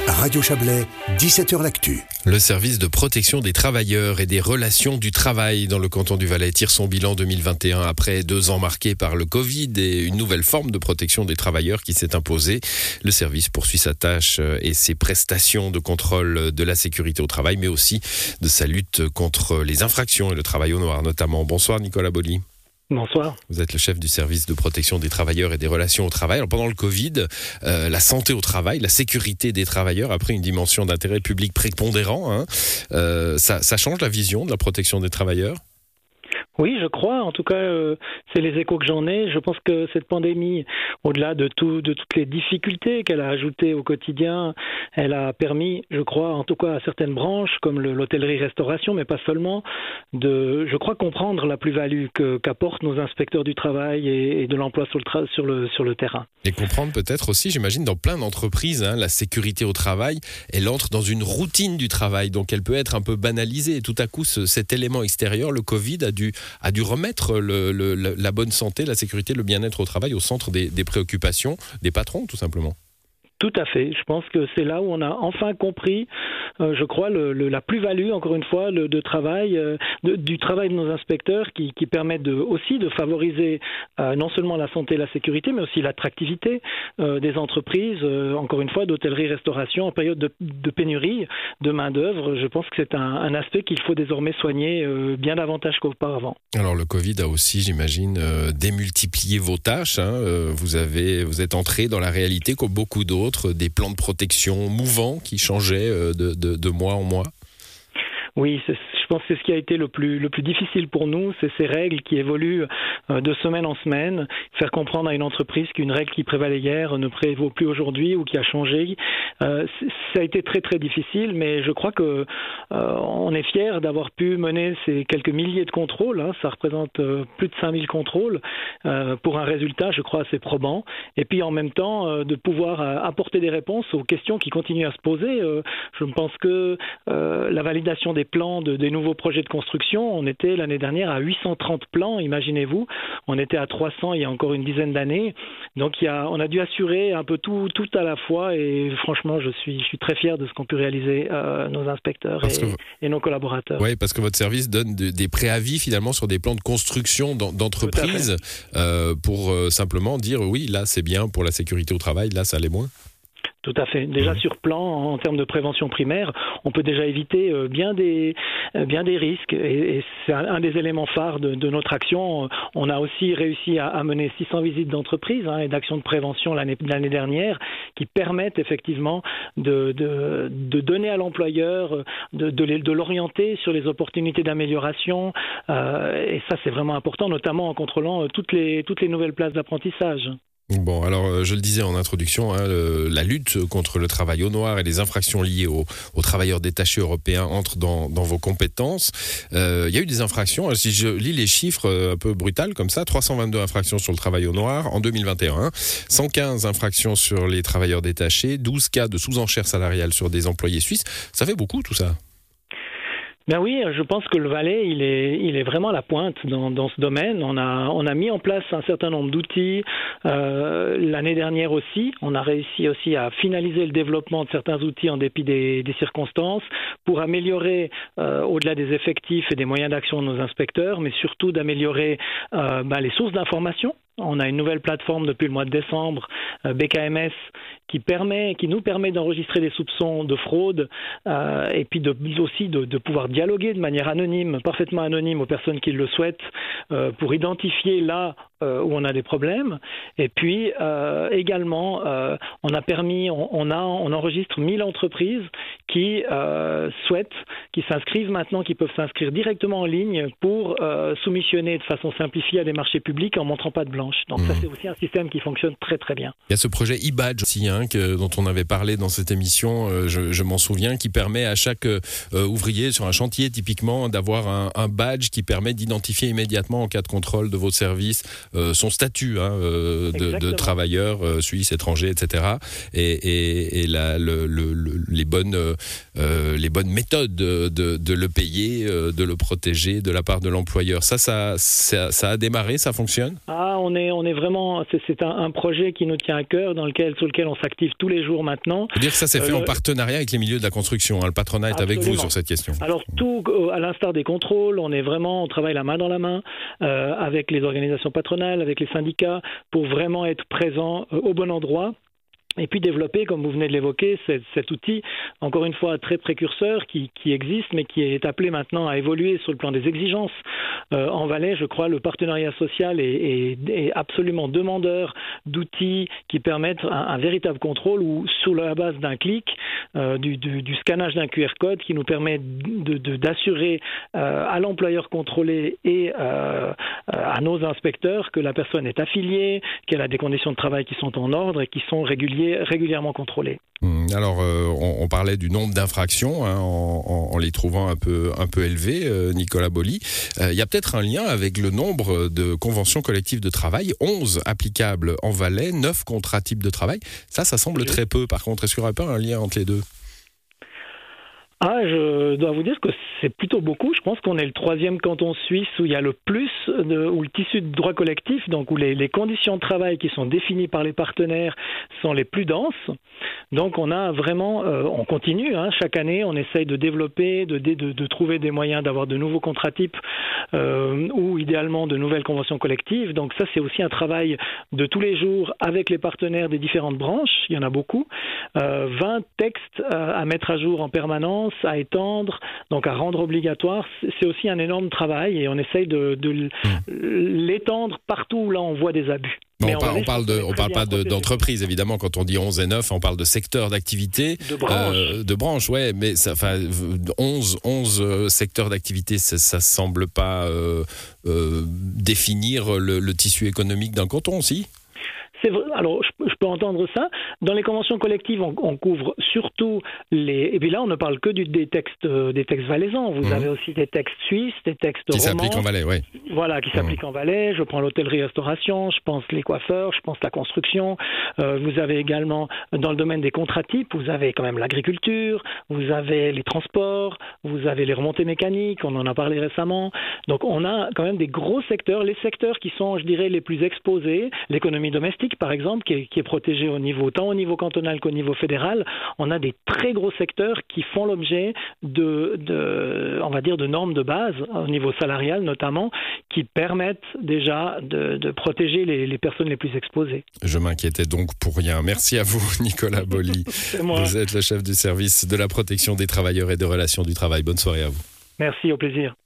Radio Chablais, 17h l'actu. Le service de protection des travailleurs et des relations du travail dans le canton du Valais tire son bilan 2021 après 2 ans marqués par le Covid et une nouvelle forme de protection des travailleurs qui s'est imposée. Le service poursuit sa tâche et ses prestations de contrôle de la sécurité au travail, mais aussi de sa lutte contre les infractions et le travail au noir notamment. Bonsoir Nicolas Bolly. Bonsoir. Vous êtes le chef du service de protection des travailleurs et des relations au travail. Alors pendant le Covid, la santé au travail, la sécurité des travailleurs a pris une dimension d'intérêt public prépondérant. Ça change la vision de la protection des travailleurs ? Oui, je crois. En tout cas, c'est les échos que j'en ai. Je pense que cette pandémie, au-delà de toutes les difficultés qu'elle a ajoutées au quotidien, elle a permis, je crois, en tout cas à certaines branches, comme l'hôtellerie-restauration, mais pas seulement, je crois, comprendre la plus-value qu'apportent nos inspecteurs du travail et de l'emploi sur le terrain. Et comprendre peut-être aussi, j'imagine, dans plein d'entreprises, la sécurité au travail, elle entre dans une routine du travail, donc elle peut être un peu banalisée. Et tout à coup, cet élément extérieur, le Covid, a dû remettre la bonne santé, la sécurité, le bien-être au travail au centre des préoccupations des patrons, tout simplement. Tout à fait. Je pense que c'est là où on a enfin compris, je crois, la plus-value, encore une fois, du travail de nos inspecteurs qui permettent aussi de favoriser non seulement la santé et la sécurité, mais aussi l'attractivité des entreprises, encore une fois, d'hôtellerie-restauration en période de pénurie de main-d'œuvre. Je pense que c'est un aspect qu'il faut désormais soigner bien davantage qu'auparavant. Alors, le Covid a aussi, j'imagine, démultiplié vos tâches. Vous êtes entré dans la réalité comme beaucoup d'autres, des plans de protection mouvants qui changeaient de mois en mois. Oui, je pense que c'est ce qui a été le plus difficile pour nous, c'est ces règles qui évoluent de semaine en semaine, faire comprendre à une entreprise qu'une règle qui prévalait hier ne prévaut plus aujourd'hui ou qui a changé. Ça a été très très difficile, mais je crois que on est fiers d'avoir pu mener ces quelques milliers de contrôles. Ça représente plus de 5000 contrôles pour un résultat, je crois, assez probant. Et puis en même temps, de pouvoir apporter des réponses aux questions qui continuent à se poser. Je pense que la validation des plans des nouveaux projets de construction, on était l'année dernière à 830 plans, imaginez-vous. On était à 300 il y a encore une dizaine d'années. Donc on a dû assurer un peu tout à la fois et franchement, je suis très fier de ce qu'ont pu réaliser nos inspecteurs et nos collaborateurs. Oui, parce que votre service donne des préavis finalement sur des plans de construction d'entreprise pour simplement dire oui, là c'est bien pour la sécurité au travail, là ça l'est moins. Tout à fait. Déjà sur plan, en termes de prévention primaire, on peut déjà éviter bien des risques et c'est un des éléments phares de notre action. On a aussi réussi à mener 600 visites d'entreprise et d'actions de prévention l'année dernière qui permettent effectivement de donner à l'employeur, de l'orienter sur les opportunités d'amélioration et ça c'est vraiment important, notamment en contrôlant toutes les nouvelles places d'apprentissage. Bon, alors je le disais en introduction, la lutte contre le travail au noir et les infractions liées aux travailleurs détachés européens entrent dans vos compétences. Il y a eu des infractions, si je lis les chiffres un peu brutales comme ça, 322 infractions sur le travail au noir en 2021, 115 infractions sur les travailleurs détachés, 12 cas de sous-enchères salariales sur des employés suisses. Ça fait beaucoup tout ça. Ben oui, je pense que le Valais, il est vraiment à la pointe dans ce domaine. On a mis en place un certain nombre d'outils. L'année dernière aussi, on a réussi aussi à finaliser le développement de certains outils en dépit des circonstances pour améliorer, au-delà des effectifs et des moyens d'action de nos inspecteurs, mais surtout d'améliorer les sources d'information. On a une nouvelle plateforme depuis le mois de décembre, BKMS, qui nous permet d'enregistrer des soupçons de fraude et puis aussi de pouvoir dialoguer de manière anonyme, parfaitement anonyme aux personnes qui le souhaitent pour identifier là où on a des problèmes. Et puis également, on enregistre 1000 entreprises qui s'inscrivent maintenant, qui peuvent s'inscrire directement en ligne pour soumissionner de façon simplifiée à des marchés publics en montrant patte blanche. Donc ça, c'est aussi un système qui fonctionne très très bien. Il y a ce projet e-badge aussi, dont on avait parlé dans cette émission, je m'en souviens, qui permet à chaque ouvrier sur un chantier typiquement d'avoir un badge qui permet d'identifier immédiatement en cas de contrôle de votre service son statut de travailleur suisse, étranger, etc. Et les bonnes méthodes de le payer, de le protéger de la part de l'employeur. Ça a démarré, ça fonctionne ? On est vraiment, c'est un projet qui nous tient à cœur, sur lequel on s'active active tous les jours maintenant. Je veux dire que ça s'est fait en partenariat avec les milieux de la construction. Le patronat est Absolument. avec vous sur cette question. Alors tout, à l'instar des contrôles, on travaille la main dans la main avec les organisations patronales, avec les syndicats, pour vraiment être présents au bon endroit. Et puis développer, comme vous venez de l'évoquer, cet outil, encore une fois très précurseur, qui existe, mais qui est appelé maintenant à évoluer sur le plan des exigences. En Valais, je crois, le partenariat social est absolument demandeur d'outils qui permettent un véritable contrôle où, sous la base d'un clic, du scannage d'un QR code qui nous permet d'assurer à l'employeur contrôlé et à nos inspecteurs que la personne est affiliée, qu'elle a des conditions de travail qui sont en ordre et qui sont régulièrement contrôlées. Alors, on parlait du nombre d'infractions en les trouvant un peu élevés, Nicolas Boly. Il y a peut-être un lien avec le nombre de conventions collectives de travail, 11 applicables en Valais, 9 contrats types de travail. Ça semble très peu. Par contre, est-ce qu'il n'y aurait pas un lien entre les deux ? Je dois vous dire que c'est plutôt beaucoup. Je pense qu'on est le 3e canton suisse où il y a le plus, où le tissu de droit collectif, donc où les conditions de travail qui sont définies par les partenaires sont les plus denses. Donc on a vraiment, on continue, chaque année on essaye de développer, de trouver des moyens d'avoir de nouveaux contrats types ou idéalement de nouvelles conventions collectives. Donc ça c'est aussi un travail de tous les jours avec les partenaires des différentes branches, il y en a beaucoup. 20 textes à mettre à jour en permanence, à étendre, donc à rendre obligatoire, c'est aussi un énorme travail et on essaye de l'étendre partout où là on voit des abus. Bon, on parle pas d'entreprise, évidemment, quand on dit 11 et 9, on parle de secteur d'activité. De branche, ouais, mais 11 secteurs d'activité, ça semble pas définir le tissu économique d'un canton, si ? C'est vrai. Alors, je peux entendre ça. Dans les conventions collectives, on couvre surtout les... Et puis là, on ne parle que des textes valaisans. Vous avez aussi des textes suisses, des textes romans. Qui s'appliquent en Valais, oui. Voilà, qui s'appliquent en Valais. Je prends l'hôtellerie-restauration, je pense les coiffeurs, je pense la construction. Vous avez également, dans le domaine des contrats types, vous avez quand même l'agriculture, vous avez les transports, vous avez les remontées mécaniques, on en a parlé récemment. Donc, on a quand même des gros secteurs. Les secteurs qui sont, je dirais, les plus exposés, l'économie domestique, par exemple, qui est protégé tant au niveau cantonal qu'au niveau fédéral, on a des très gros secteurs qui font l'objet on va dire, de normes de base, au niveau salarial notamment, qui permettent déjà de protéger les personnes les plus exposées. Je m'inquiétais donc pour rien. Merci à vous, Nicolas Boly. Vous êtes le chef du service de la protection des travailleurs et des relations du travail. Bonne soirée à vous. Merci, au plaisir.